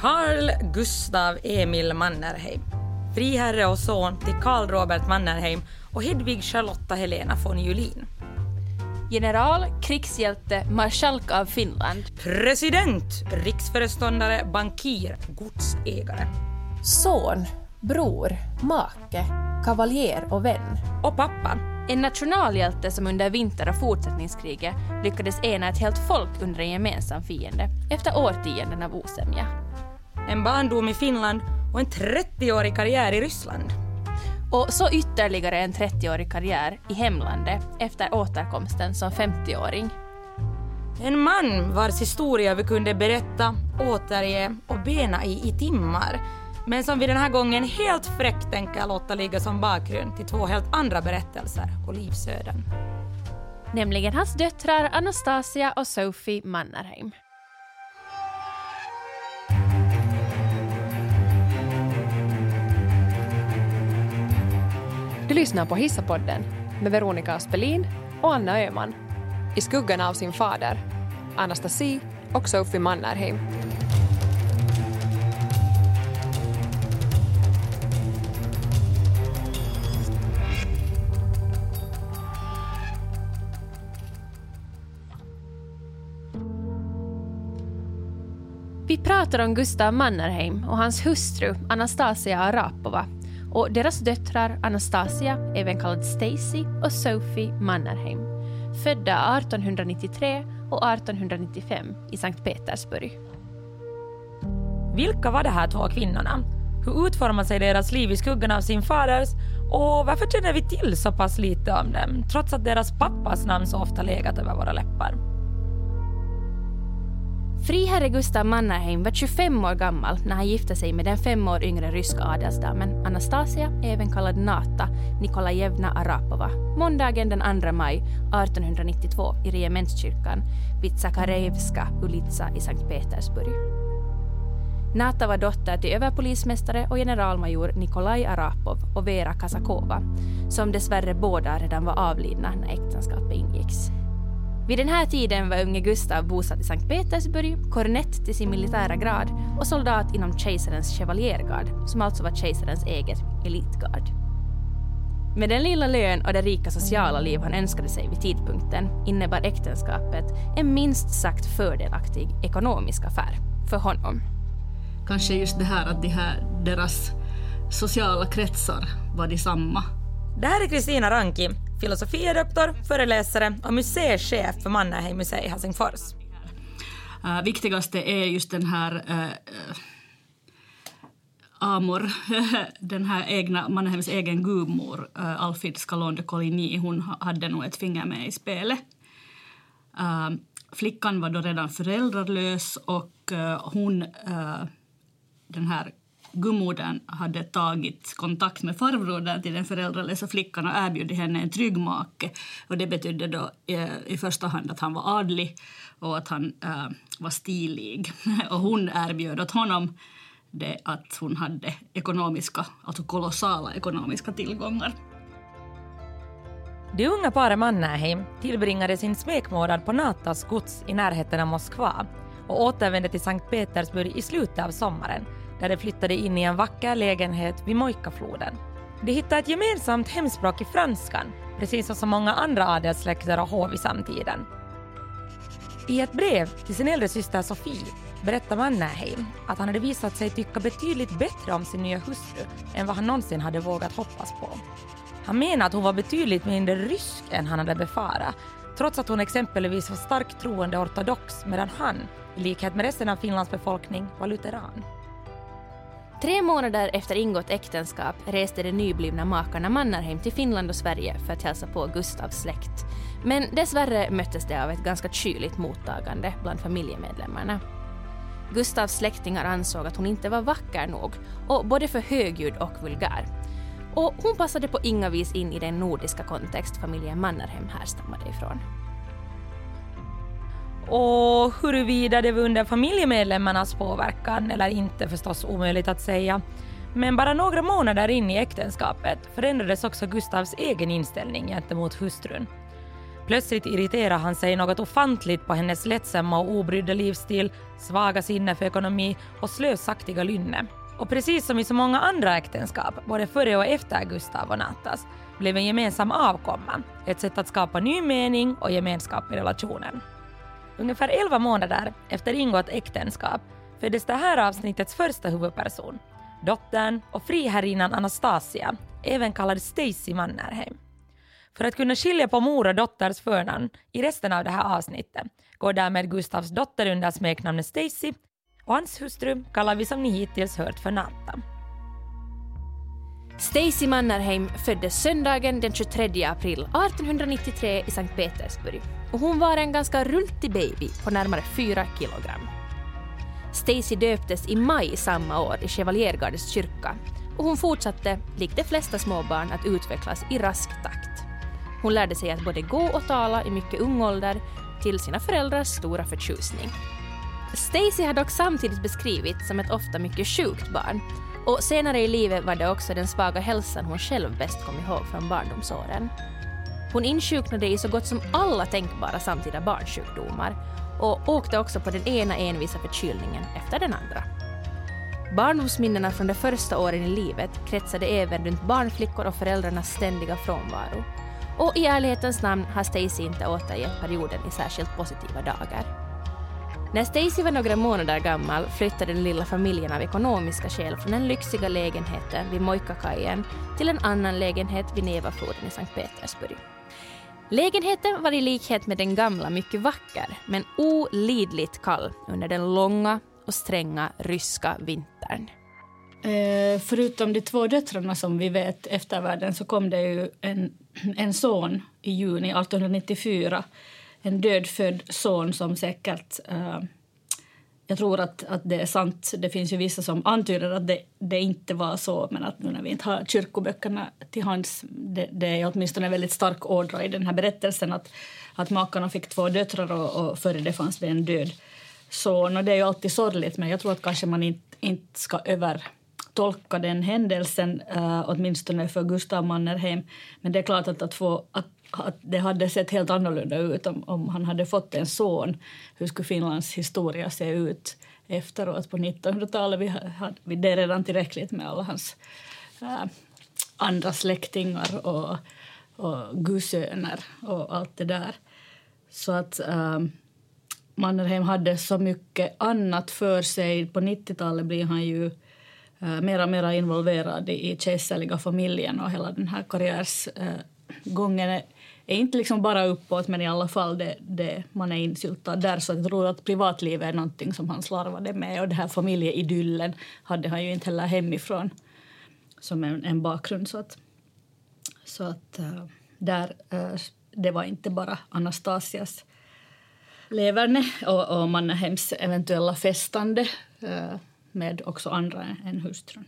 Carl Gustav Emil Mannerheim. Friherre och son till Carl Robert Mannerheim och Hedvig Charlotta Helena von Julin. General, krigshjälte, marskalk av Finland. President, riksföreståndare, bankir, godsägare. Son, bror, make, kavaljer och vän. Och pappa. En nationalhjälte som under vinter- och fortsättningskriget lyckades ena ett helt folk under en gemensam fiende efter årtionden av osämja. En barndom i Finland och en 30-årig karriär i Ryssland. Och så ytterligare en 30-årig karriär i hemlandet efter återkomsten som 50-åring. En man vars historia vi kunde berätta, återge och bena i timmar. Men som vi den här gången helt fräckt tänker låta ligga som bakgrund till två helt andra berättelser och livsöden. Nämligen hans döttrar Anastasia och Sophie Mannerheim. Du lyssnar på Hissapodden med Veronica Aspelin och Anna Öhman. I skuggan av sin fader, Anastasia och Sophie Mannerheim. Vi pratar om Gustav Mannerheim och hans hustru Anastasia Arapova och deras döttrar Anastasia, även kallad Stacy, och Sophie Mannerheim, födda 1893 och 1895 i Sankt Petersburg. Vilka var de här två kvinnorna? Hur utformade sig deras liv i skuggan av sin faders? Och varför känner vi till så pass lite om dem, trots att deras pappas namn så ofta legat över våra läppar? Friherre Gustav Mannerheim var 25 år gammal när han gifte sig med den 5 år yngre ryska adelsdamen Anastasia, även kallad Nata Nikolajevna Arapova, måndagen den 2 maj 1892 i regementskyrkan vid Zakharevska Ulitsa i Sankt Petersburg. Nata var dotter till överpolismästare och generalmajor Nikolaj Arapov och Vera Kasakova, som dessvärre båda redan var avlidna när äktenskapet ingicks. Vid den här tiden var unge Gustav bosatt i Sankt Petersburg, kornett till sin militära grad och soldat inom kejsarens chevaliergard, som alltså var kejsarens eget elitgard. Med den lilla lön och det rika sociala liv han önskade sig vid tidpunkten innebar äktenskapet en minst sagt fördelaktig ekonomisk affär för honom. Kanske just det här att deras sociala kretsar var detsamma. Det här är Kristina Ranki, filosofiedoktor, föreläsare och museichef för Mannerheim museet i Helsingfors. Viktigaste är just den här Amor, den här Mannerheims egen gudmor, Alfhild Scalon de Coligny. Hon hade nog ett finger med i spelet. Flickan var då redan föräldralös och hon, den här gummodern, hade tagit kontakt med farbröden till den föräldralösa flickan och erbjöd henne en trygg make. Och det betydde då i första hand att han var adlig och att han var stilig. Och hon erbjöd åt honom det att hon hade alltså kolossala ekonomiska tillgångar. Det unga paret Mannerheim tillbringade sin smekmånad på Natas gods i närheten av Moskva och återvände till Sankt Petersburg i slutet av sommaren, där de flyttade in i en vacker lägenhet vid Mojkafloden. De hittade ett gemensamt hemspråk i franskan, precis som så många andra adelssläkter och hov i samtiden. I ett brev till sin äldre syster Sofie berättar Mannerheim att han hade visat sig tycka betydligt bättre om sin nya hustru än vad han någonsin hade vågat hoppas på. Han menar att hon var betydligt mindre rysk än han hade befarat, trots att hon exempelvis var starkt troende ortodox, medan han, i likhet med resten av Finlands befolkning, var lutheran. 3 månader efter ingått äktenskap reste de nyblivna makarna Mannerheim till Finland och Sverige för att hälsa på Gustavs släkt. Men dessvärre möttes det av ett ganska kyligt mottagande bland familjemedlemmarna. Gustavs släktingar ansåg att hon inte var vacker nog och både för högljudd och vulgär. Och hon passade på inga vis in i den nordiska kontext familjen Mannerheim härstammade ifrån. Och huruvida det var under familjemedlemmarnas påverkan eller inte, förstås omöjligt att säga. Men bara några månader in i äktenskapet förändrades också Gustavs egen inställning gentemot hustrun. Plötsligt irriterar han sig något ofantligt på hennes lättsamma och obrydda livsstil, svaga sinne för ekonomi och slösaktiga lynne. Och precis som i så många andra äktenskap, både före och efter Gustav och Natas, blev en gemensam avkomma ett sätt att skapa ny mening och gemenskap i relationen. Ungefär 11 månader efter ingått äktenskap föddes det här avsnittets första huvudperson, dottern och friherrinnan Anastasia, även kallad Stacy Mannerheim. För att kunna skilja på mor och dotters förnamn i resten av det här avsnittet går därmed Gustavs dotter under smeknamnet Stacy och hans hustru kallar vi som ni hittills hört för Nata. Stacy Mannerheim föddes söndagen den 23 april 1893 i Sankt Petersburg och hon var en ganska rultig baby på närmare 4 kilogram. Stacy döptes i maj samma år i Chevaliergardes kyrka och hon fortsatte, likt de flesta småbarn, att utvecklas i rask takt. Hon lärde sig att både gå och tala i mycket ung ålder till sina föräldrars stora förtjusning. Stacy har dock samtidigt beskrivits som ett ofta mycket sjukt barn och senare i livet var det också den svaga hälsan hon själv bäst kom ihåg från barndomsåren. Hon insjuknade i så gott som alla tänkbara samtida barnsjukdomar och åkte också på den ena envisa förkylningen efter den andra. Barndomsminnena från de första åren i livet kretsade även runt barnflickor och föräldrarnas ständiga frånvaro. Och i ärlighetens namn har Stacy inte återgett perioden i särskilt positiva dagar. När Stacy var några månader gammal flyttade den lilla familjen av ekonomiska skäl från den lyxiga lägenheten vid Moikakajen till en annan lägenhet vid Nevafloden i Sankt Petersburg. Lägenheten var i likhet med den gamla mycket vacker, men olidligt kall under den långa och stränga ryska vintern. Förutom de 2 döttrarna som vi vet eftervärlden så kom det ju en son i juni 1894. En dödfödd son som säkert, jag tror att det är sant. Det finns ju vissa som antyder att det inte var så, men att nu när vi inte har kyrkoböckerna till hands, det är åtminstone en väldigt stark ådra i den här berättelsen att makarna fick 2 döttrar och före det fanns det en död son. Och det är ju alltid sorgligt, men jag tror att kanske man inte ska övertolka den händelsen, åtminstone för Gustav Mannerheim. Men det är klart att det hade sett helt annorlunda ut om han hade fått en son. Hur skulle Finlands historia se ut efteråt på 1900-talet? Det är redan tillräckligt med alla hans andra släktingar och gudsöner och allt det där. Så att Mannerheim hade så mycket annat för sig. På 90-talet blir han ju mer och mer involverad i kejserliga familjen och hela den här karriärsgången är inte liksom bara uppåt, men i alla fall man är insyltad där. Så jag tror att privatlivet är någonting som han slarvade med, och det här familjeidyllen hade han ju inte heller hemifrån som en bakgrund. Så att där, det var inte bara Anastasias leverne och Mannerheims eventuella festande med också andra än hustrun.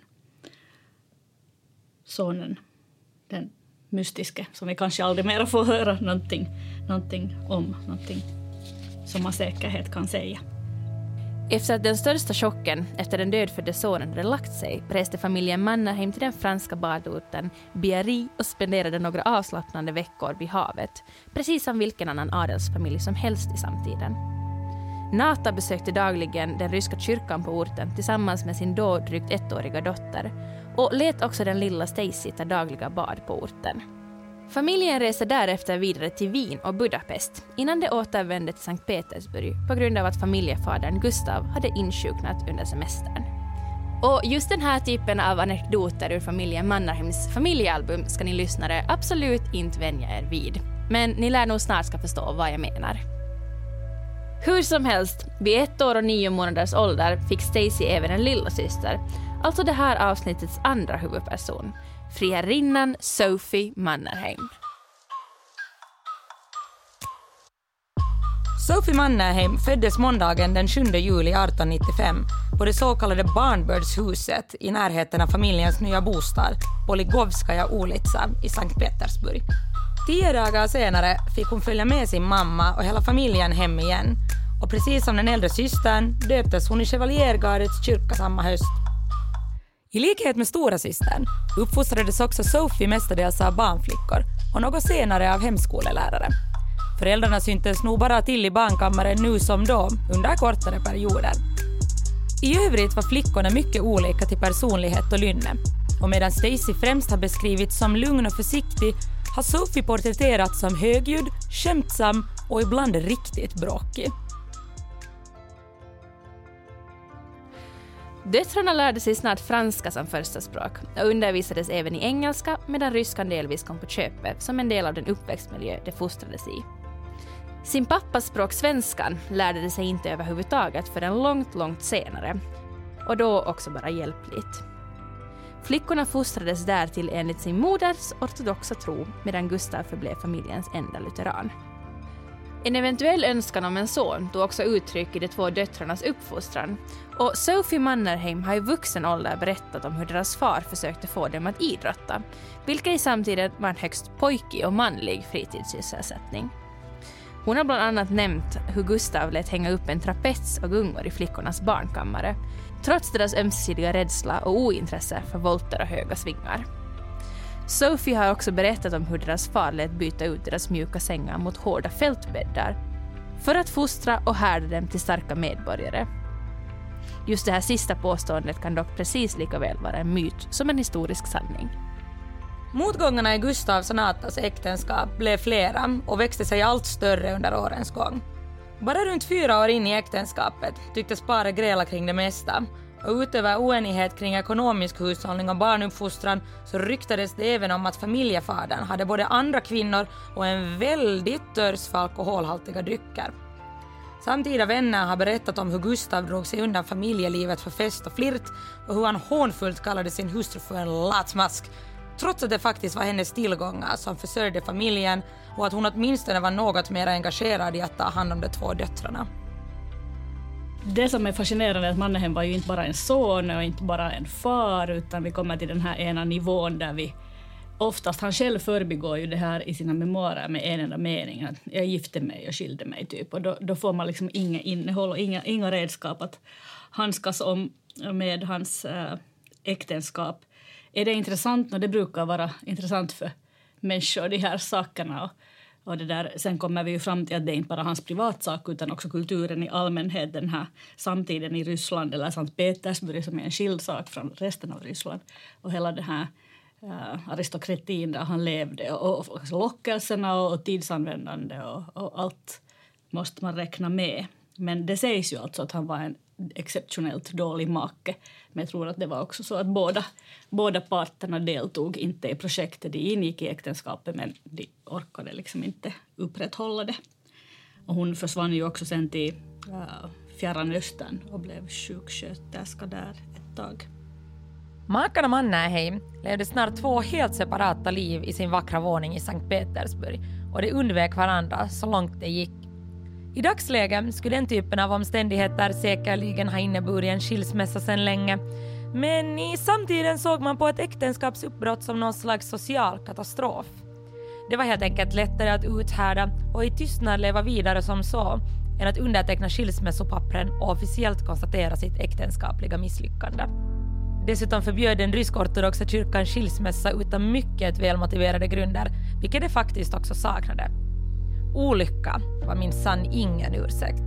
Sonen, den mystiske, som vi kanske aldrig mer får höra någonting om, någonting som man säkerhet kan säga. Efter att den största chocken efter den dödfödde sonen hade lagt sig reste familjen Mannerheim till den franska badorten Biarritz och spenderade några avslappnande veckor vid havet, precis som vilken annan adelsfamilj som helst i samtiden. Nata besökte dagligen den ryska kyrkan på orten tillsammans med sin då drygt 1-åriga dotter och lät också den lilla Stacy ta dagliga bad på orten. Familjen reste därefter vidare till Wien och Budapest innan de återvände till Sankt Petersburg på grund av att familjefadern Gustav hade insjuknat under semestern. Och just den här typen av anekdoter ur familjen Mannerheims familjealbum ska ni lyssnare absolut inte vänja er vid. Men ni lär nog snart ska förstå vad jag menar. Hur som helst, vid 1 år och 9 månaders ålder fick Stacy även en lilla syster, alltså det här avsnittets andra huvudperson, friherrinnan Sophie Mannerheim. Sophie Mannerheim föddes måndagen den 7 juli 1895 på det så kallade Barnbördshuset i närheten av familjens nya bostad på Ligovskaja Ulitsa i Sankt Petersburg. 10 dagar senare fick hon följa med sin mamma och hela familjen hem igen, och precis som den äldre systern döptes hon i Chevaliergardets kyrka samma höst. I likhet med stora systern uppfostrades också Sophie mestadels av barnflickor och något senare av hemskolelärare. Föräldrarna syntes nog bara till i barnkammaren nu som då, under kortare perioder. I övrigt var flickorna mycket olika till personlighet och lynne. Och medan Stacy främst har beskrivits som lugn och försiktig har Sophie porträtterats som högljudd, skämtsam och ibland riktigt bråkig. Döttrarna lärde sig snart franska som första språk och undervisades även i engelska medan ryskan delvis kom på köpet som en del av den uppväxtmiljö de fostrades i. Sin pappas språk svenskan lärde de sig inte överhuvudtaget förrän långt senare och då också bara hjälpligt. Flickorna fostrades därtill enligt sin moders ortodoxa tro medan Gustav förblev familjens enda lutheran. En eventuell önskan om en son tog också uttryck i de två döttrarnas uppfostran och Sophie Mannerheim har i vuxen ålder berättat om hur deras far försökte få dem att idrotta, vilket i samtiden var en högst pojkig och manlig fritidssysselsättning. Hon har bland annat nämnt hur Gustav lät hänga upp en trapets och gungor i flickornas barnkammare, trots deras ömsesidiga rädsla och ointresse för volter och höga svingar. Sophie har också berättat om hur deras far lät byta ut deras mjuka sängar mot hårda fältbäddar för att fostra och härda dem till starka medborgare. Just det här sista påståendet kan dock precis lika väl vara en myt som en historisk sanning. Motgångarna i Gustavs och Natas äktenskap blev flera och växte sig allt större under årens gång. Bara runt 4 år in i äktenskapet tycktes paret gräla kring det mesta. Och utöver oenighet kring ekonomisk hushållning och barnuppfostran så ryktades det även om att familjefadern hade både andra kvinnor och en väldigt törs för alkoholhaltiga drycker. Samtida vänner har berättat om hur Gustav drog sig undan familjelivet för fest och flirt och hur han hånfullt kallade sin hustru för en latmask, trots att det faktiskt var hennes tillgångar som försörjde familjen och att hon åtminstone var något mer engagerad i att ta hand om de 2 döttrarna. Det som är fascinerande är att Mannerheim var ju inte bara en son och inte bara en far, utan vi kommer till den här ena nivån där vi oftast, han själv förbigår ju det här i sina memoarer med en enda mening, att jag gifte mig och skilde mig typ, och då får man liksom inga innehåll och inga redskap att handskas om med hans äktenskap. Är det intressant? Och det brukar vara intressant för människor, de här sakerna. Och det där, sen kommer vi ju fram till att det är inte bara hans privatsak utan också kulturen i allmänhet, den här samtiden i Ryssland eller Sankt Petersburg som är en skild sak från resten av Ryssland. Och hela den här aristokratin där han levde och lockelserna och tidsanvändande och allt måste man räkna med. Men det sägs ju alltså att han var en exceptionellt dålig make. Men jag tror att det var också så att båda parterna deltog inte i projektet. De ingick i äktenskapet men de orkade liksom inte upprätthålla det. Och hon försvann ju också sen till Fjärran Östern och blev sjuksköterska där ett tag. Makarna Mannerheim levde snart 2 helt separata liv i sin vackra våning i Sankt Petersburg och de undvek varandra så långt det gick. I dagsläget skulle den typen av omständigheter säkerligen ha inneburit en skilsmässa sedan länge. Men i samtiden såg man på ett äktenskapsuppbrott som någon slags social katastrof. Det var helt enkelt lättare att uthärda och i tystnad leva vidare som så än att underteckna skilsmässopappren och officiellt konstatera sitt äktenskapliga misslyckande. Dessutom förbjöd den rysk-ortodoxa kyrkan skilsmässa utan mycket välmotiverade grunder, vilket det faktiskt också saknade. Olycka var minsann ingen ursäkt.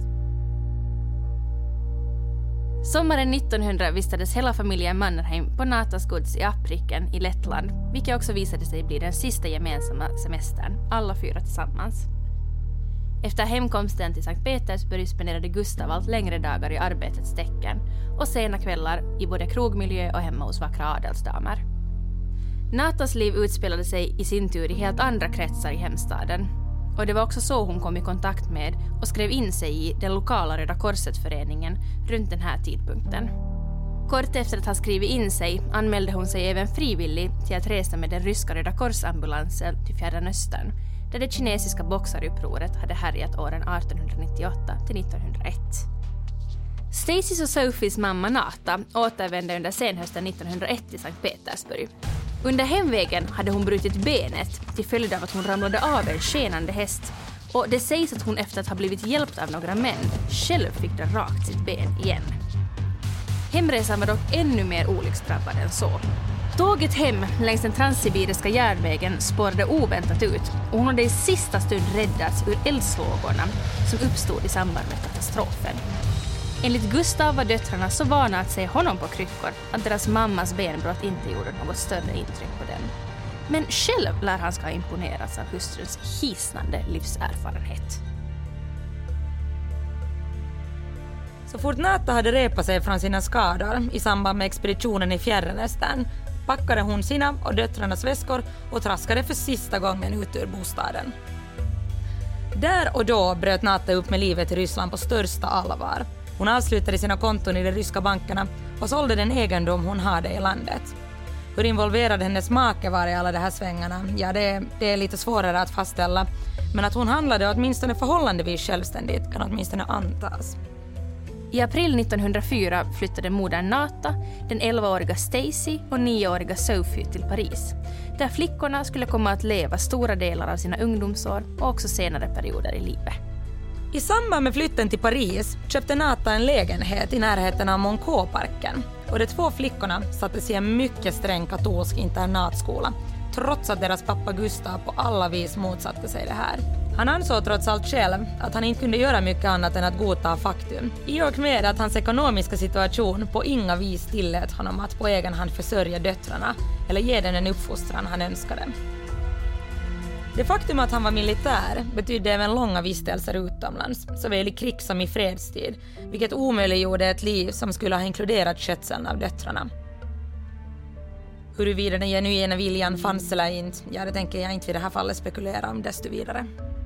Sommaren 1900 vistades hela familjen Mannerheim på Natas gods i Apriken i Lettland, vilket också visade sig bli den sista gemensamma semestern, alla 4 tillsammans. Efter hemkomsten till Sankt Petersburg spenderade Gustav allt längre dagar i arbetets tecken och sena kvällar i både krogmiljö och hemma hos vackra adelsdamer. Natas liv utspelade sig i sin tur i helt andra kretsar i hemstaden. Och det var också så hon kom i kontakt med och skrev in sig i den lokala Röda Korset-föreningen runt den här tidpunkten. Kort efter att ha skrivit in sig anmälde hon sig även frivillig till att resa med den ryska Röda Korsambulansen till Fjärran Östern, där det kinesiska boxarupproret hade härjat åren 1898 till 1901. Stacys och Sophies mamma Nata återvände under senhösten 1901 till Sankt Petersburg. Under hemvägen hade hon brutit benet till följd av att hon ramlade av en skenande häst, och det sägs att hon efter att ha blivit hjälpt av några män själv fick dra rakt sitt ben igen. Hemresan var dock ännu mer olycksdrabbad än så. Tåget hem längs den transsibiriska järnvägen spårade oväntat ut och hon hade i sista stund räddats ur eldsvågorna som uppstod i samband med katastrofen. Enligt Gustav var döttrarna så vana att se honom på kryckor att deras mammas benbrott inte gjorde något större intryck på dem. Men själv lär han ska ha imponerats av hustruns hisnande livserfarenhet. Så fort Nata hade repat sig från sina skador i samband med expeditionen i Fjärran Östern packade hon sina och döttrarnas väskor och traskade för sista gången ut ur bostaden. Där och då bröt Nata upp med livet i Ryssland på största allvar. Hon avslutade sina konton i de ryska bankerna och sålde den egendom hon hade i landet. Hur involverad hennes make var i alla de här svängarna, ja det är lite svårare att fastställa. Men att hon handlade åtminstone förhållandevis självständigt kan åtminstone antas. I april 1904 flyttade modern Nata, den 11-åriga Stacy och 9-åriga Sophie till Paris. Där flickorna skulle komma att leva stora delar av sina ungdomsår och också senare perioder i livet. I samband med flytten till Paris köpte Nata en lägenhet i närheten av Monceau-parken. Och de två flickorna sattes i en mycket sträng katolsk internatskola, trots att deras pappa Gustav på alla vis motsatte sig det här. Han ansåg trots allt själv att han inte kunde göra mycket annat än att godta faktum. I och med att hans ekonomiska situation på inga vis tillät honom att på egen hand försörja döttrarna eller ge den en uppfostran han önskade. Det faktum att han var militär betydde även långa vistelser utomlands, såväl i krig som i fredstid, vilket omöjliggjorde ett liv som skulle ha inkluderat skötseln av döttrarna. Huruvida den genuina viljan fanns eller inte, ja det tänker jag inte vid det här fallet spekulera om desto vidare.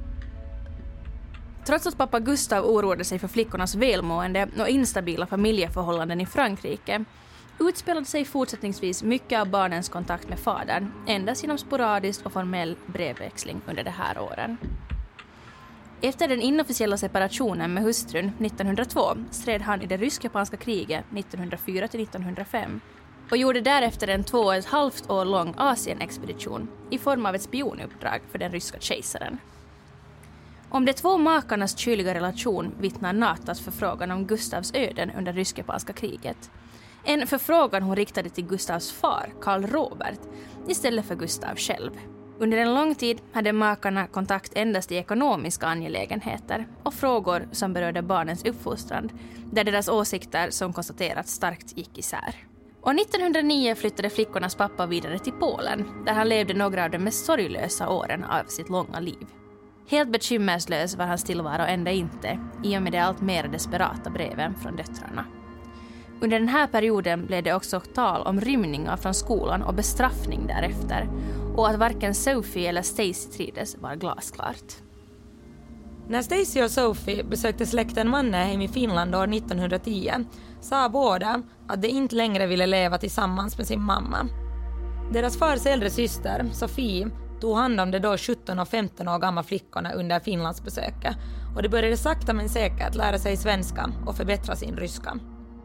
Trots att pappa Gustav oroade sig för flickornas välmående och instabila familjeförhållanden i Frankrike utspelade sig fortsättningsvis mycket av barnens kontakt med fadern, endast genom sporadiskt och formell brevväxling under de här åren. Efter den inofficiella separationen med hustrun 1902 stred han i det rysk-japanska kriget 1904-1905 och gjorde därefter en 2,5 år lång Asien-expedition i form av ett spionuppdrag för den ryska kejsaren. Om de två makarnas kyliga relation vittnar Natas förfrågan om Gustavs öden under rysk-japanska kriget. En förfrågan hon riktade till Gustavs far, Karl Robert, istället för Gustav själv. Under en lång tid hade makarna kontakt endast i ekonomiska angelägenheter och frågor som berörde barnens uppfostran, där deras åsikter som konstaterat starkt gick isär. Och 1909 flyttade flickornas pappa vidare till Polen, där han levde några av de mest sorglösa åren av sitt långa liv. Helt bekymmerslös var hans tillvaro ända inte, i och med de allt mer desperata breven från döttrarna. Under den här perioden blev det också tal om rymningar från skolan och bestraffning därefter, och att varken Sophie eller Stacy trivdes var glasklart. När Stacy och Sophie besökte släkten Mannerheim i Finland år 1910 sa båda att de inte längre ville leva tillsammans med sin mamma. Deras fars äldre syster, Sofie, tog hand om de då 17 och 15 år gamla flickorna under Finlands besöket, och de började sakta men säkert lära sig svenska och förbättra sin ryska.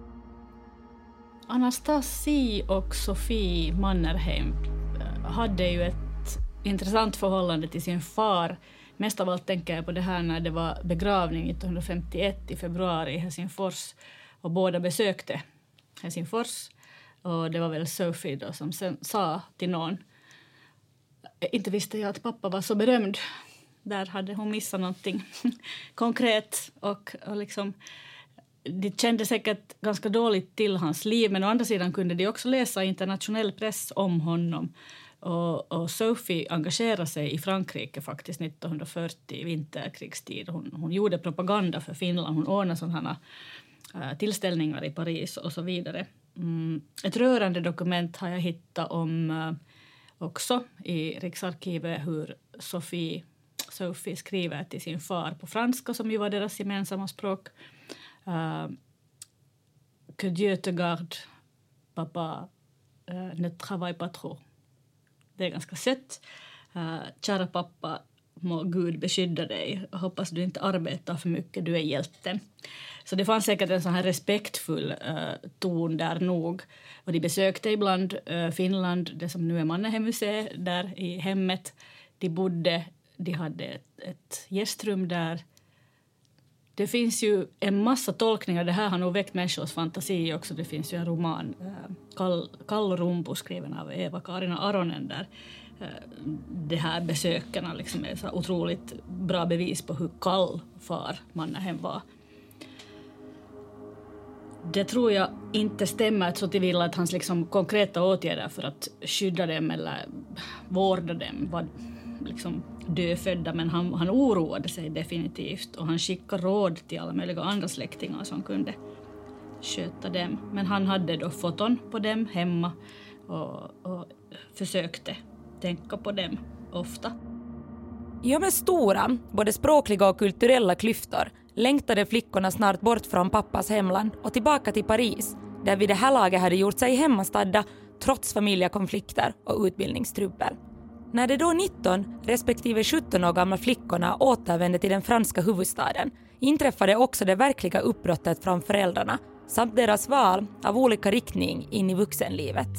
Anastasie och Sofie Mannerheim hade ju ett intressant förhållande till sin far. Mest av allt tänker jag på det här när det var begravning 1951 i februari i Helsingfors, och båda besökte Helsingfors, och det var väl Sophie då som sen sa till någon: inte visste jag att pappa var så berömd. Där hade hon missat någonting konkret, och liksom de kände säkert ganska dåligt till hans liv, men å andra sidan kunde de också läsa internationell press om honom. Och Sophie engagerade sig i Frankrike faktiskt 1940 i vinterkrigstid. Hon gjorde propaganda för Finland, hon ordnade sådana tillställningar i Paris och så vidare. Ett rörande dokument har jag hittat om också i Riksarkivet, hur Sophie skriver till sin far på franska, som ju var deras gemensamma språk. Que Dieu te garde, papa, ne travaille pas trop. Det är ganska sött. Kära pappa, må Gud beskydda dig. Hoppas du inte arbetar för mycket, du är hjälten. Så det fanns säkert en sån här respektfull ton där nog. Och de besökte ibland Finland, det som nu är Mannerheim-museet, där i hemmet. De bodde, de hade ett gästrum där. Det finns ju en massa tolkningar. Det här har nog väckt människors fantasi också. Det finns ju en roman, Kallorumpu, skriven av Eva-Karina Aronen, där de här besökarna liksom är så otroligt bra bevis på hur kall far Mannerheim var. Det tror jag inte stämmer så tillvida att hans liksom konkreta åtgärder för att skydda dem eller vårda dem var liksom dödfödda, men han oroade sig definitivt, och han skickade råd till alla möjliga andra släktingar som kunde sköta dem. Men han hade då foton på dem hemma och försökte tänka på dem ofta. I och med stora, både språkliga och kulturella klyftor längtade flickorna snart bort från pappas hemland och tillbaka till Paris, där vid det här laget hade gjort sig hemmastadda trots familjekonflikter och utbildningstrubbel. När de då 19 respektive 17 år gamla flickorna återvände till den franska huvudstaden inträffade också det verkliga uppbrottet från föräldrarna samt deras val av olika riktning in i vuxenlivet.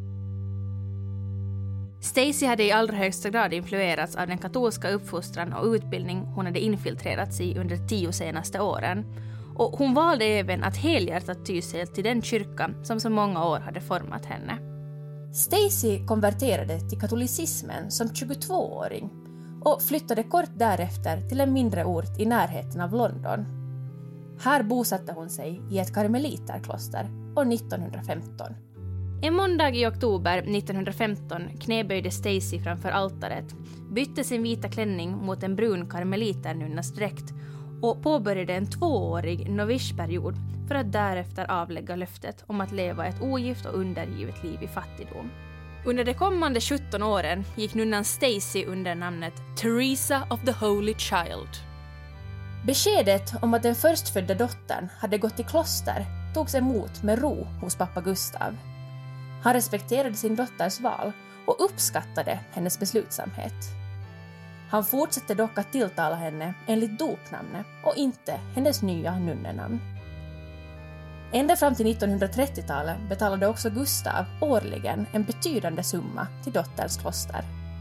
Stacy hade i allra högsta grad influerats av den katolska uppfostran och utbildning hon hade infiltrerats i under 10 senaste åren. Och hon valde även att helhjärtat ty sig till den kyrka som så många år hade format henne. Stacy konverterade till katolicismen som 22-åring och flyttade kort därefter till en mindre ort i närheten av London. Här bosatte hon sig i ett karmeliterkloster år 1915. En måndag i oktober 1915 knäböjde Stacy framför altaret, bytte sin vita klänning mot en brun karmeliternunnas dräkt och påbörjade en 2-årig novishperiod för att därefter avlägga löftet om att leva ett ogift och undergivet liv i fattigdom. Under de kommande 17 åren gick nunnan Stacy under namnet Teresa of the Holy Child. Beskedet om att den förstfödda dottern hade gått i kloster togs emot med ro hos pappa Gustav. Han respekterade sin dotters val och uppskattade hennes beslutsamhet. Han fortsatte dock att tilltala henne enligt dopnamnet och inte hennes nya nunnenamn. Ända fram till 1930-talet betalade också Gustav årligen en betydande summa till dotterns kloster.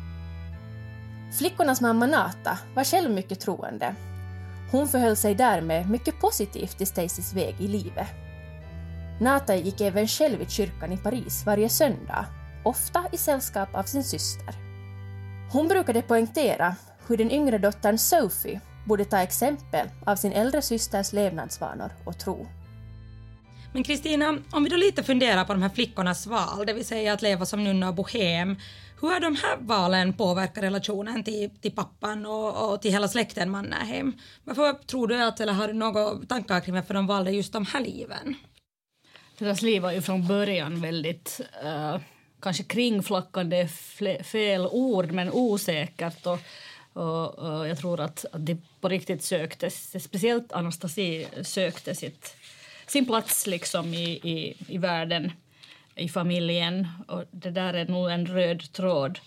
Flickornas mamma Nata var själv mycket troende. Hon förhöll sig därmed mycket positivt till Stacys väg i livet. Nata gick även själv i kyrkan i Paris varje söndag, ofta i sällskap av sin syster. Hon brukade poängtera hur den yngre dottern Sophie borde ta exempel av sin äldre systers levnadsvanor och tro. Men Kristina, om vi då lite funderar på de här flickornas val, det vill säga att leva som nunna och bohem, hur har de här valen påverkat relationen till pappan och till hela släkten Mannerheim? Varför tror du eller har du några tankar kring varför de valde just de här liven? Deras liv var ju från början väldigt kanske kringflackande, fel ord, men osäkert, och jag tror att det på riktigt söktes, speciellt Anastasie sökte sin plats liksom i världen, i familjen, och det där är nog en röd tråd.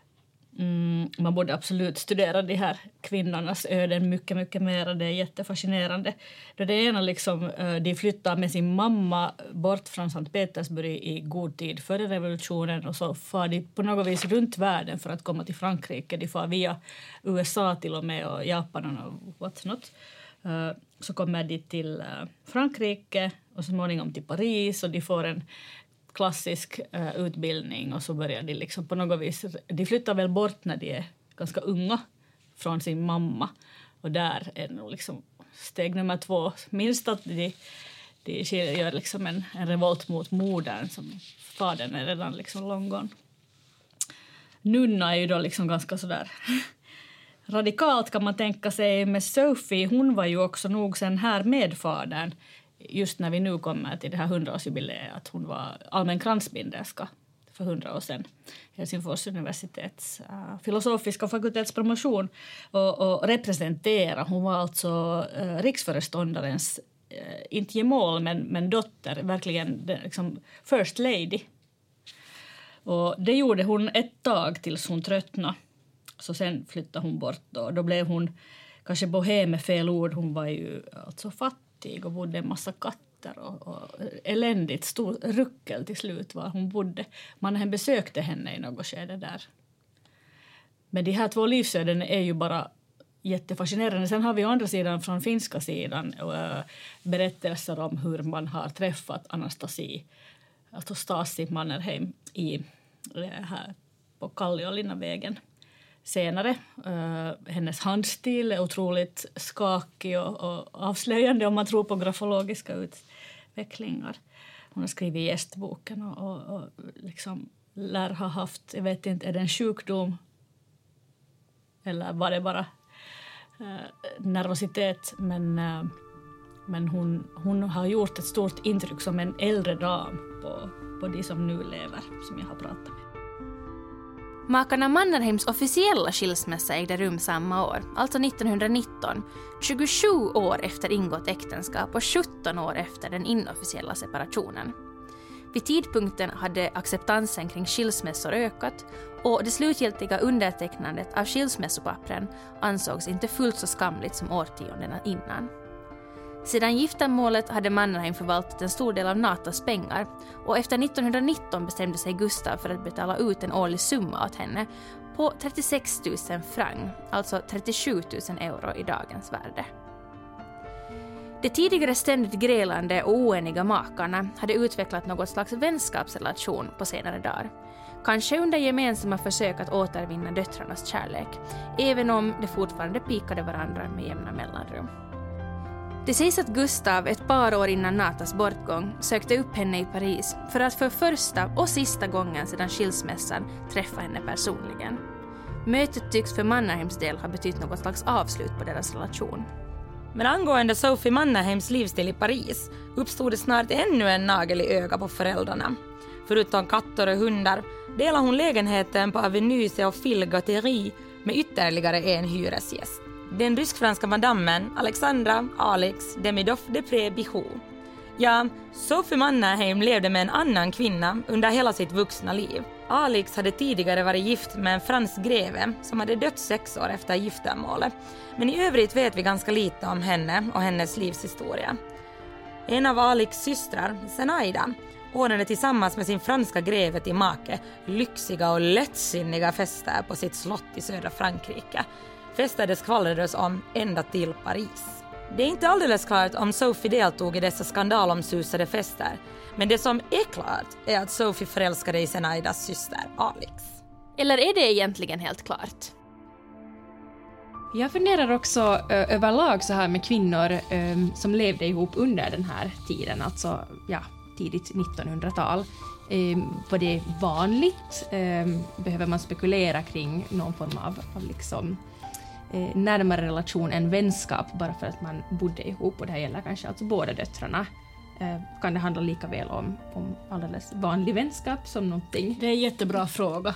Man borde absolut studera de här kvinnornas öden mycket, mycket mer. Det är jättefascinerande. Det ena liksom, de flyttar med sin mamma bort från Sankt Petersburg i god tid före revolutionen, och så far de på något vis runt världen för att komma till Frankrike. De far via USA till och med, och Japan och what's not. Så kommer de till Frankrike och så småningom till Paris, och de får en klassisk utbildning, och så börjar de liksom på något vis, de flyttar väl bort när de är ganska unga från sin mamma, och där är nog liksom steg nummer 2 minst att de gör liksom en revolt mot modern, som fadern är redan liksom long gone. Nunna är ju då liksom ganska sådär radikalt kan man tänka sig, med Sophie, hon var ju också nog sen här med fadern. Just när vi nu kommer till det här 100-årsjubileet, att hon var allmän kransbinderska för 100 år sedan. Helsingfors universitets filosofiska fakultetspromotion, och representera. Hon var alltså riksföreståndarens, inte gemål, men dotter, verkligen liksom first lady. Och det gjorde hon ett tag tills hon tröttnade. Så sen flyttade hon bort, då blev hon kanske bohem med fel ord. Hon var ju alltså fattig och bodde en massa katter och eländigt stor ruckel till slut var hon bodde. Man besökte henne i något skede där. Men de här 2 livsöden är ju bara jättefascinerande. Sen har vi å andra sidan från finska sidan berättelser om hur man har träffat Anastasi, alltså Stasi Mannerheim här på Kalliolinnavägen senare. Hennes handstil är otroligt skakig och avslöjande om man tror på grafologiska utvecklingar. Hon har skrivit gästboken och liksom lär ha haft, jag vet inte, är det en sjukdom eller var det bara nervositet, men hon har gjort ett stort intryck som en äldre dam på de som nu lever, som jag har pratat med. Makarna Mannerheims officiella skilsmässa ägde rum samma år, alltså 1919, 27 år efter ingått äktenskap och 17 år efter den inofficiella separationen. Vid tidpunkten hade acceptansen kring skilsmässor ökat och det slutgiltiga undertecknandet av skilsmässopappren ansågs inte fullt så skamligt som årtiondena innan. Sedan giftermålet hade Mannerheim förvaltat en stor del av Natas pengar och efter 1919 bestämde sig Gustav för att betala ut en årlig summa åt henne på 36 000 franc, alltså 37 000 euro i dagens värde. De tidigare ständigt grälande och oeniga makarna hade utvecklat något slags vänskapsrelation på senare dagar. Kanske under gemensamma försök att återvinna döttrarnas kärlek, även om de fortfarande pikade varandra med jämna mellanrum. Det sägs att Gustav ett par år innan Natas bortgång sökte upp henne i Paris för att för första och sista gången sedan skilsmässan träffa henne personligen. Mötet tycks för Mannerheims del ha betytt något slags avslut på deras relation. Men angående Sophie Mannerheims livsstil i Paris uppstod det snart ännu en nagel i öga på föräldrarna. Förutom katter och hundar delar hon lägenheten på Avenue Théophile Gautier med ytterligare en hyresgäst. Den rysk-franska madammen Alexandra Alix Demidov de Pré-Bichot. Ja, Sophie Mannerheim levde med en annan kvinna under hela sitt vuxna liv. Alix hade tidigare varit gift med en fransk greve som hade dött 6 år efter giftermålet. Men i övrigt vet vi ganska lite om henne och hennes livshistoria. En av Alix systrar, Zenaida, ordnade tillsammans med sin franska greve till make lyxiga och lättsinniga fester på sitt slott i södra Frankrike. Fester det skvallrades om ända till Paris. Det är inte alldeles klart om Sophie deltog i dessa skandalomsusade fester, men det som är klart är att Sophie förälskade i Zenaidas syster Alix. Eller är det egentligen helt klart? Jag funderar också överlag så här med kvinnor som levde ihop under den här tiden, alltså tidigt 1900-tal. Var det vanligt? Behöver man spekulera kring någon form av liksom närmare relation än vänskap bara för att man bodde ihop, och det här gäller kanske alltså båda döttrarna? Kan det handla lika väl om alldeles vanlig vänskap som någonting? Det är en jättebra fråga.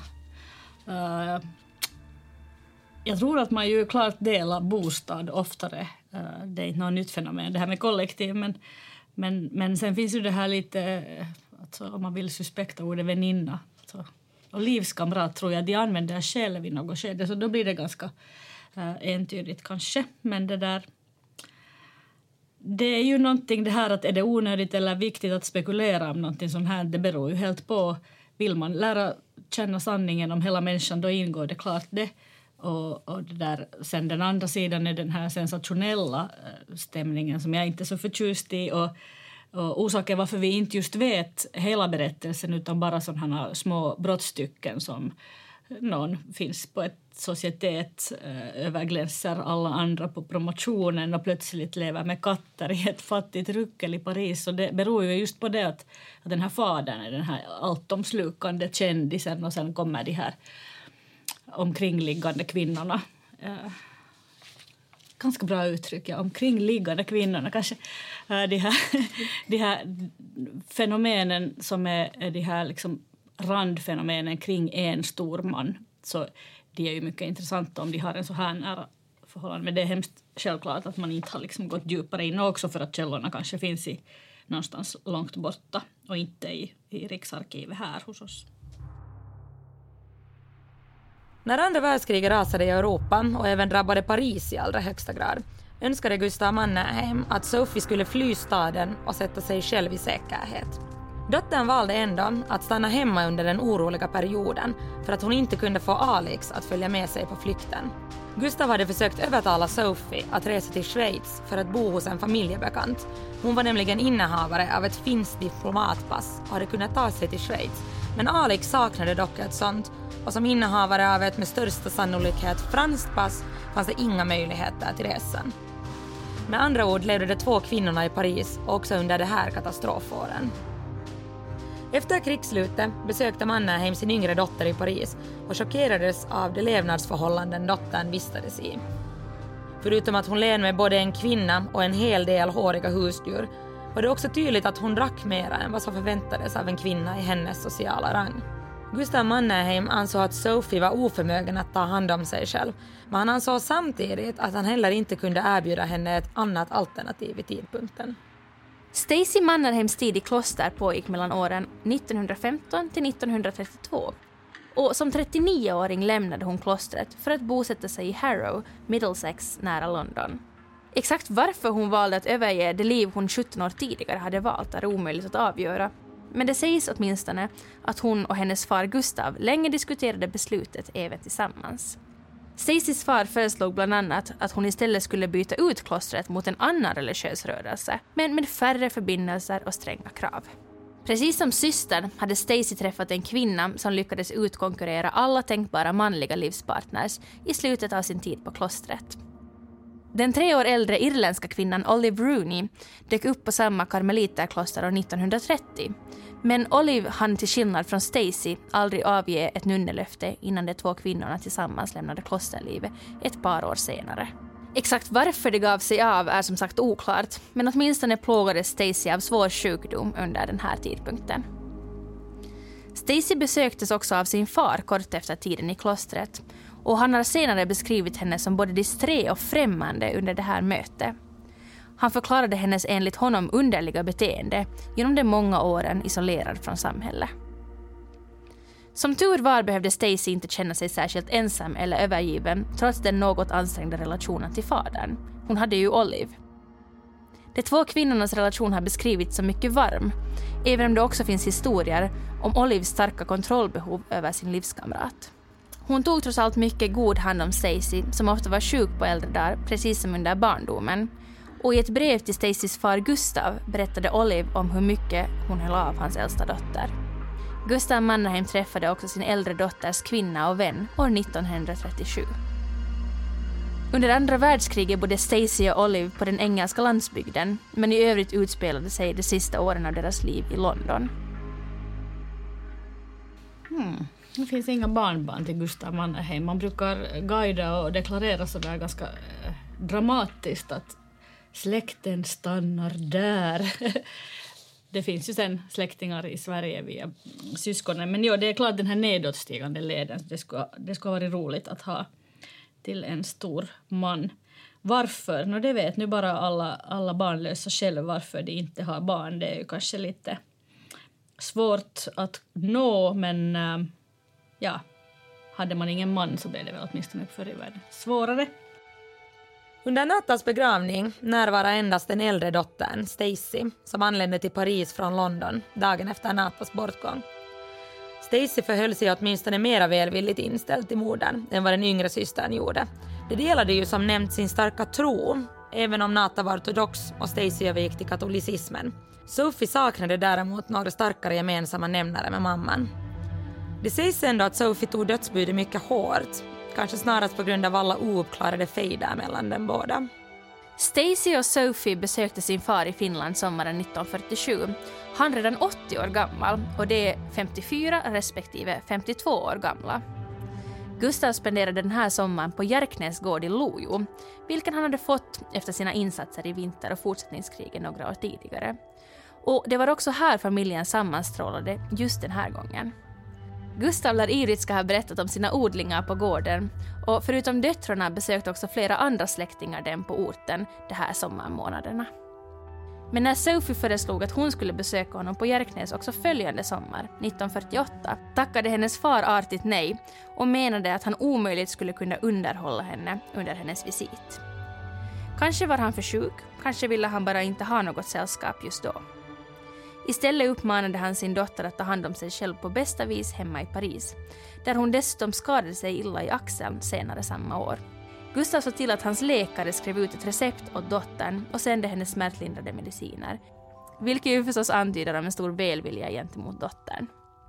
Jag tror att man ju klart delar bostad oftare. Det är inte något nytt fenomen det här med kollektiv, men sen finns ju det här lite, alltså, om man vill suspekta ordet väninna, alltså, och livskamrat tror jag de använder själv i något skede, så då blir det ganska entydigt kanske. Men det är ju någonting det här att är det onödigt eller viktigt att spekulera om någonting sånt här, det beror ju helt på. Vill man lära känna sanningen om hela människan, då ingår det klart det. Och det där, sen den andra sidan är den här sensationella stämningen som jag inte är så förtjust i, och orsaken varför vi inte just vet hela berättelsen utan bara sådana små brottstycken som någon finns på ett societet, överglänser alla andra på promotionen och plötsligt lever med katter i ett fattigt ruckel i Paris. Och det beror ju just på det att den här fadern är den här alltomslukande kändisen, och sen kommer de här omkringliggande kvinnorna. Ganska bra uttryck, ja. Omkringliggande kvinnorna. Kanske de här fenomenen som är de här liksom randfenomenen kring en stor man. Så det är ju mycket intressant om de har en så här nära förhållande. Men det är hemskt självklart att man inte har liksom gått djupare in också, för att källorna kanske finns någonstans långt borta och inte i Riksarkivet här hos oss. När andra världskriget rasade i Europa och även drabbade Paris i allra högsta grad önskade Gustav Mannerheim att Sophie skulle fly staden och sätta sig själv i säkerhet. Dottern valde ändå att stanna hemma under den oroliga perioden för att hon inte kunde få Alix att följa med sig på flykten. Gustav hade försökt övertala Sophie att resa till Schweiz för att bo hos en familjebekant. Hon var nämligen innehavare av ett finskt diplomatpass och hade kunnat ta sig till Schweiz. Men Alex saknade dock ett sånt, och som innehavare av ett med största sannolikhet franskt pass fanns det inga möjligheter till resan. Med andra ord levde de 2 kvinnorna i Paris också under det här katastrofåren. Efter krigsslutet besökte Mannerheim sin yngre dotter i Paris och chockerades av de levnadsförhållanden dottern vistades i. Förutom att hon levde med både en kvinna och en hel del håriga husdjur var det också tydligt att hon drack mer än vad som förväntades av en kvinna i hennes sociala rang. Gustav Mannerheim ansåg att Sophie var oförmögen att ta hand om sig själv, men han ansåg samtidigt att han heller inte kunde erbjuda henne ett annat alternativ i tidpunkten. Stacy Mannerheims tid i kloster pågick mellan åren 1915 till 1932. Och som 39-åring lämnade hon klostret för att bosätta sig i Harrow, Middlesex, nära London. Exakt varför hon valde att överge det liv hon 17 år tidigare hade valt är omöjligt att avgöra. Men det sägs åtminstone att hon och hennes far Gustav länge diskuterade beslutet även tillsammans. Stacys far föreslog bland annat att hon istället skulle byta ut klostret mot en annan religiös rörelse, men med färre förbindelser och stränga krav. Precis som systern hade Stacy träffat en kvinna som lyckades utkonkurrera alla tänkbara manliga livspartners i slutet av sin tid på klostret. Den 3 år äldre irländska kvinnan Olive Rooney dök upp på samma karmeliterkloster år 1930. Men Olive hann till skillnad från Stacy aldrig avge ett nunnelöfte innan de 2 kvinnorna tillsammans lämnade klosterlivet ett par år senare. Exakt varför det gav sig av är som sagt oklart, men åtminstone plågades Stacy av svår sjukdom under den här tidpunkten. Stacy besöktes också av sin far kort efter tiden i klostret, och han har senare beskrivit henne som både disträ och främmande under det här mötet. Han förklarade hennes enligt honom underliga beteende genom de många åren isolerad från samhället. Som tur var behövde Stacy inte känna sig särskilt ensam eller övergiven trots den något ansträngda relationen till fadern. Hon hade ju Olive. De 2 kvinnornas relation har beskrivits som mycket varm, även om det också finns historier om Olives starka kontrollbehov över sin livskamrat. Hon tog trots allt mycket god hand om Stacy, som ofta var sjuk på äldre dagar, precis som under barndomen. Och i ett brev till Stacys far Gustav berättade Olive om hur mycket hon höll av hans äldsta dotter. Gustav Mannerheim träffade också sin äldre dotters kvinna och vän år 1937. Under andra världskriget bodde Stacy och Olive på den engelska landsbygden, men i övrigt utspelade sig de sista åren av deras liv i London. Det finns inga barnbarn till Gustav Mannerheim. Man brukar guida och deklarera sådär ganska dramatiskt att släkten stannar där. Det finns ju sen släktingar i Sverige via syskonen. Men det är klart den här nedåtstigande leden. Det skulle vara roligt att ha till en stor man. Varför? Det vet nu bara alla barnlösa själva varför de inte har barn. Det är ju kanske lite svårt att nå, men hade man ingen man så blev det väl åtminstone förr i världen svårare. Under Nattas begravning närvarade endast den äldre dottern, Stacy, som anlände till Paris från London dagen efter Nattas bortgång. Stacy förhöll sig åtminstone mera välvilligt inställd till modern än vad den yngre systern gjorde. De delade ju som nämnt sin starka tro, även om Natta var ortodox och Stacy övergick till katolicismen. Sophie saknade däremot några starkare gemensamma nämnare med mamman. Det sägs ändå att Sophie tog dödsbudet mycket hårt, kanske snarast på grund av alla ouppklarade fejder mellan dem båda. Stacy och Sophie besökte sin far i Finland sommaren 1947. Han är redan 80 år gammal och det är 54 respektive 52 år gamla. Gustav spenderade den här sommaren på Järknäs gård i Lojo, vilken han hade fått efter sina insatser i vinter- och fortsättningskriget några år tidigare. Och det var också här familjen sammanstrålade just den här gången. Gustav lär ivrigt ska ha berättat om sina odlingar på gården, och förutom döttrarna besökte också flera andra släktingar dem på orten de här sommarmånaderna. Men när Sophie föreslog att hon skulle besöka honom på Järknäs också följande sommar, 1948, tackade hennes far artigt nej och menade att han omöjligt skulle kunna underhålla henne under hennes visit. Kanske var han för sjuk, kanske ville han bara inte ha något sällskap just då. Istället uppmanade han sin dotter att ta hand om sig själv på bästa vis hemma i Paris, där hon dessutom skadade sig illa i axeln senare samma år. Gustav såg till att hans läkare skrev ut ett recept åt dottern och sände henne smärtlindrande mediciner. Vilket ju förstås antyder om en stor välvilja gentemot dottern.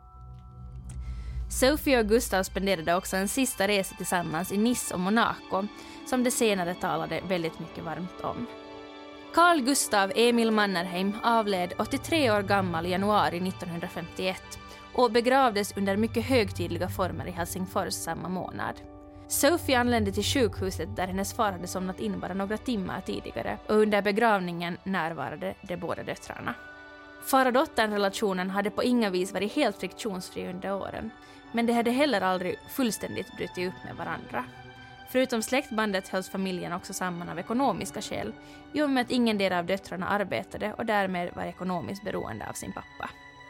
Sophie och Gustav spenderade också en sista resa tillsammans i Nice och Monaco, som de senare talade väldigt mycket varmt om. Carl Gustav Emil Mannerheim avled 83 år gammal i januari 1951 och begravdes under mycket högtidliga former i Helsingfors samma månad. Sophie anlände till sjukhuset där hennes far hade somnat in bara några timmar tidigare och under begravningen närvarade de båda döttrarna. Far och dottern-relationen hade på inga vis varit helt friktionsfri under åren, men de hade heller aldrig fullständigt brutit upp med varandra. Förutom släktbandet hölls familjen också samman av ekonomiska skäl, i och med att ingen del av döttrarna arbetade och därmed var ekonomiskt beroende av sin pappa.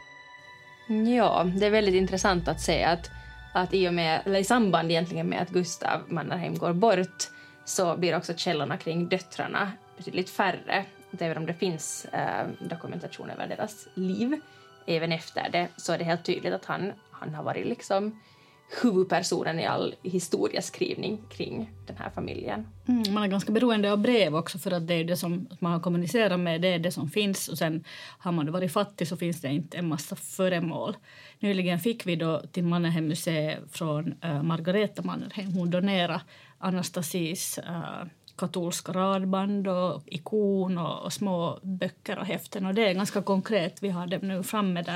Ja, det är väldigt intressant att se att i samband egentligen med att Gustav Mannerheim går bort så blir också källorna kring döttrarna betydligt färre. Även om det finns dokumentation över deras liv även efter det, så är det helt tydligt att han har varit liksom huvudpersonen i all historieskrivning kring den här familjen. Man är ganska beroende av brev också, för att det är det som man har kommunicerat med, det är det som finns. Och sen har man varit fattig så finns det inte en massa föremål. Nyligen fick vi då till Mannerheim museet från Margareta Mannerheim. Hon donerade Anastasis katolska radband och ikon och små böcker och häften. Och det är ganska konkret, vi har dem nu framme där.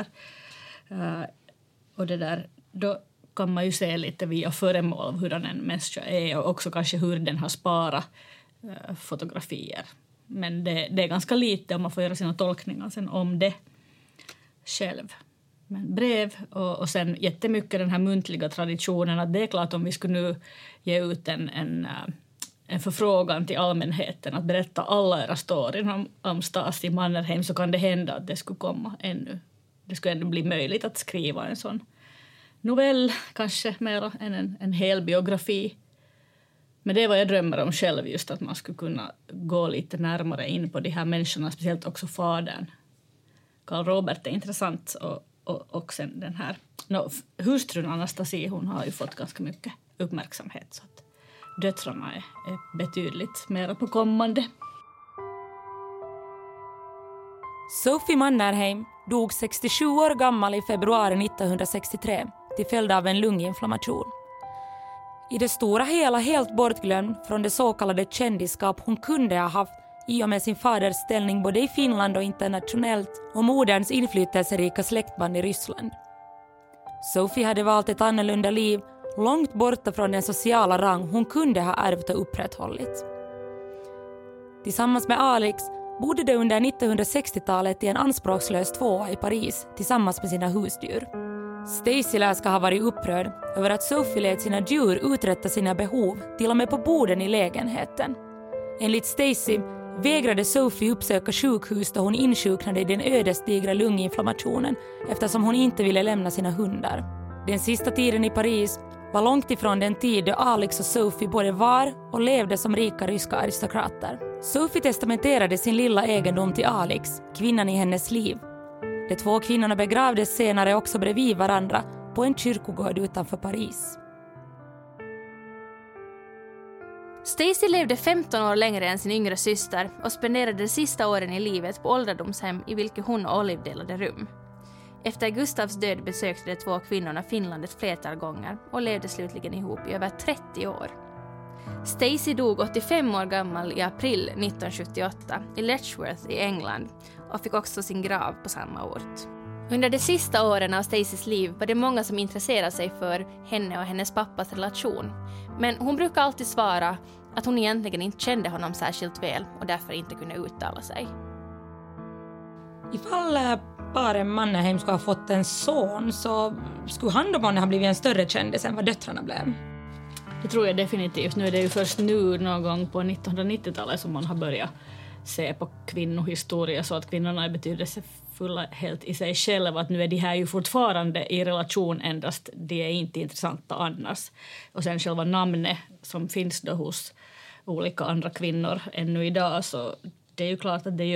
Och det där, då kan man ju se lite via föremål av hur en människa är och också kanske hur den har sparat fotografier. Men det är ganska lite om man får göra sina tolkningar sen om det själv. Men brev och sen jättemycket den här muntliga traditionen, att det är klart om vi skulle nu ge ut en förfrågan till allmänheten att berätta alla era storyn om Stasi Mannerheim, så kan det hända att det skulle komma ännu. Det skulle ändå bli möjligt att skriva en sån novell, kanske mer än en hel biografi. Men det är vad jag drömmer om själv, just att man skulle kunna gå lite närmare in på de här människorna, speciellt också fadern. Karl Robert är intressant och sen den här hustrun Anastasi, hon har ju fått ganska mycket uppmärksamhet, så att döttrarna är betydligt mer på kommande. Sophie Mannerheim dog 67 år gammal i februari 1963 till följd av en lunginflammation. I det stora hela helt bortglömd från det så kallade kändisskap hon kunde ha haft i och med sin faders ställning både i Finland och internationellt och moderns inflytelserika släktband i Ryssland. Sophie hade valt ett annorlunda liv långt borta från den sociala rang hon kunde ha ärvt och upprätthållit. Tillsammans med Alex bodde de under 1960-talet i en anspråkslös tvåa i Paris tillsammans med sina husdjur. Stacy lär ska ha varit upprörd över att Sophie lät sina djur uträtta sina behov till och med på borden i lägenheten. Enligt Stacy vägrade Sophie uppsöka sjukhus då hon insjuknade i den ödesdigra lunginflammationen eftersom hon inte ville lämna sina hundar. Den sista tiden i Paris var långt ifrån den tid då Alex och Sophie både var och levde som rika ryska aristokrater. Sophie testamenterade sin lilla egendom till Alex, kvinnan i hennes liv. De två kvinnorna begravdes senare också bredvid varandra på en kyrkogård utanför Paris. Stacy levde 15 år längre än sin yngre syster och spenderade de sista åren i livet på ålderdomshem i vilket hon och Olive delade rum. Efter Gustavs död besökte de två kvinnorna Finland ett flertal gånger och levde slutligen ihop i över 30 år. Stacy dog 85 år gammal i april 1978 i Letchworth i England och fick också sin grav på samma ort. Under de sista åren av Stacys liv var det många som intresserade sig för henne och hennes pappas relation. Men hon brukar alltid svara att hon egentligen inte kände honom särskilt väl och därför inte kunde uttala sig. Ifall paren Mannerheim skulle ha fått en son så skulle han då ha blivit en större kändis än vad döttrarna blev. Det tror jag definitivt. Nu är det ju först nu någon gång på 1990-talet som man har börjat se på kvinnohistoria så att kvinnorna är betydelsefulla helt i sig själva. Att nu är de här ju fortfarande i relation endast, de är inte intressanta annars. Och sen själva namnet som finns då hos olika andra kvinnor ännu idag, så det är ju klart att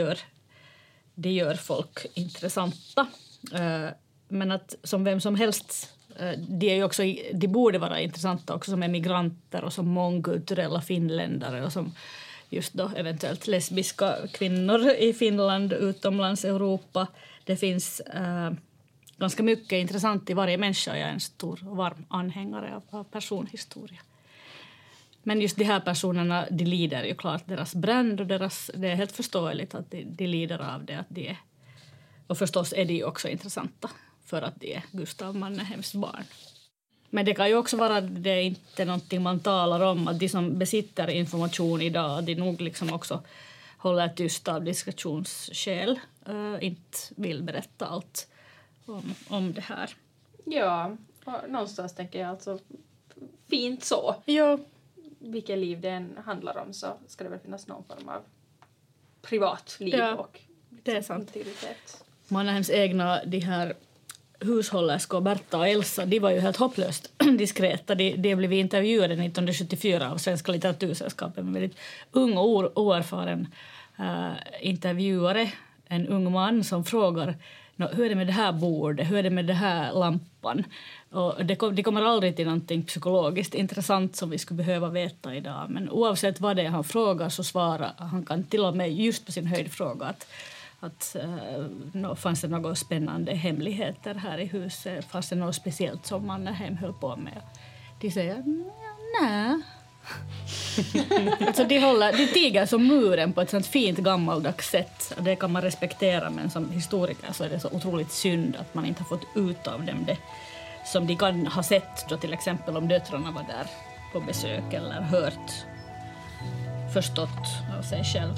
det gör folk intressanta. Men att som vem som helst de borde vara intressanta också som emigranter och som mångkulturella finländare och som just då eventuellt lesbiska kvinnor i Finland, utomlands, Europa. Det finns ganska mycket intressant i varje människa. Jag är en stor och varm anhängare av personhistoria. Men just de här personerna, de lider ju klart deras brand och det är helt förståeligt att de lider av det. Att de är, och förstås är de ju också intressanta för att de är Gustav Mannerheims barn. Men det kan ju också vara att det är inte någonting man talar om, att de som besitter information idag, de nog liksom också håller tyst av diskretionsskäl, inte vill berätta allt om det här. Ja, och någonstans tänker jag alltså fint så. Ja. Vilket liv det än handlar om så ska det väl finnas någon form av privatliv och det är sant. integritet. Mannerheims egna de här hushållerskor Berta och Elsa, de var ju helt hopplöst diskreta. De blev intervjuade 1974 av Svenska litteratursällskapet med väldigt ung och oerfaren intervjuare. En ung man som frågar hur är det med det här bordet, hur är det med det här lampan. Och det kommer aldrig till någonting psykologiskt intressant som vi skulle behöva veta idag. Men oavsett vad det är han frågar så svarar han kan till och med just på sin höjdfråga att fanns det några spännande hemligheter här i huset? Fanns det något speciellt som Mannerheim höll på med? De säger nej. Alltså de tiger som muren på ett sånt fint gammaldags sätt. Det kan man respektera, men som historiker så är det så otroligt synd att man inte har fått ut av dem det som de kan ha sett då, till exempel om döttrarna var där på besök eller förstått av sig själv.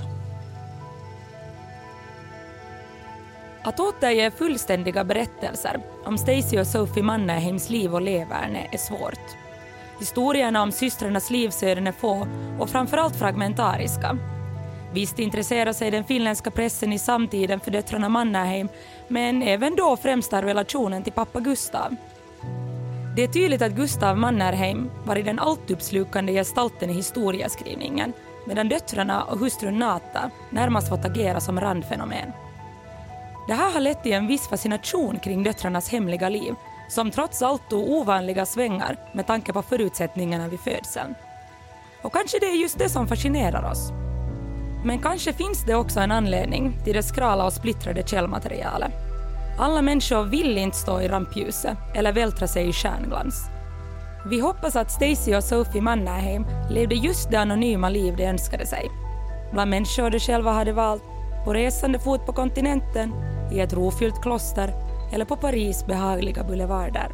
Att återge fullständiga berättelser om Stacey och Sophie Mannerheims liv och leverne är svårt. Historierna om systrarnas livsöden är få och framförallt fragmentariska. Visst intresserar sig den finländska pressen i samtiden för döttrarna Mannerheim, men även då främst av relationen till pappa Gustav. Det är tydligt att Gustav Mannerheim var i den alltuppslukande gestalten i historieskrivningen, medan döttrarna och hustrun Nata närmast fått agera som randfenomen. Det här har lett till en viss fascination kring döttrarnas hemliga liv, som trots allt tog ovanliga svängar med tanke på förutsättningarna vid födseln. Och kanske det är just det som fascinerar oss. Men kanske finns det också en anledning till det skrala och splittrade källmaterialet. Alla människor vill inte stå i rampljuset eller vältra sig i stjärnglans. Vi hoppas att Stacey och Sophie Mannerheim levde just det anonyma liv de önskade sig. Bland människor de själva hade valt, på resande fot på kontinenten, i ett rofyllt kloster eller på Paris behagliga boulevarder.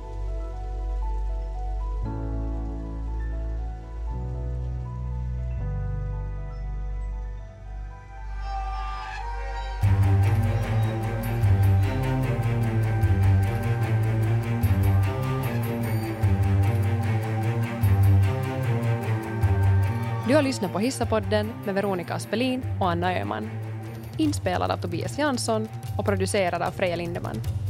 Du har lyssnat på Hissapodden med Veronica Aspelin och Anna Öhman. Inspelad av Tobias Jansson och producerad av Freja Lindeman.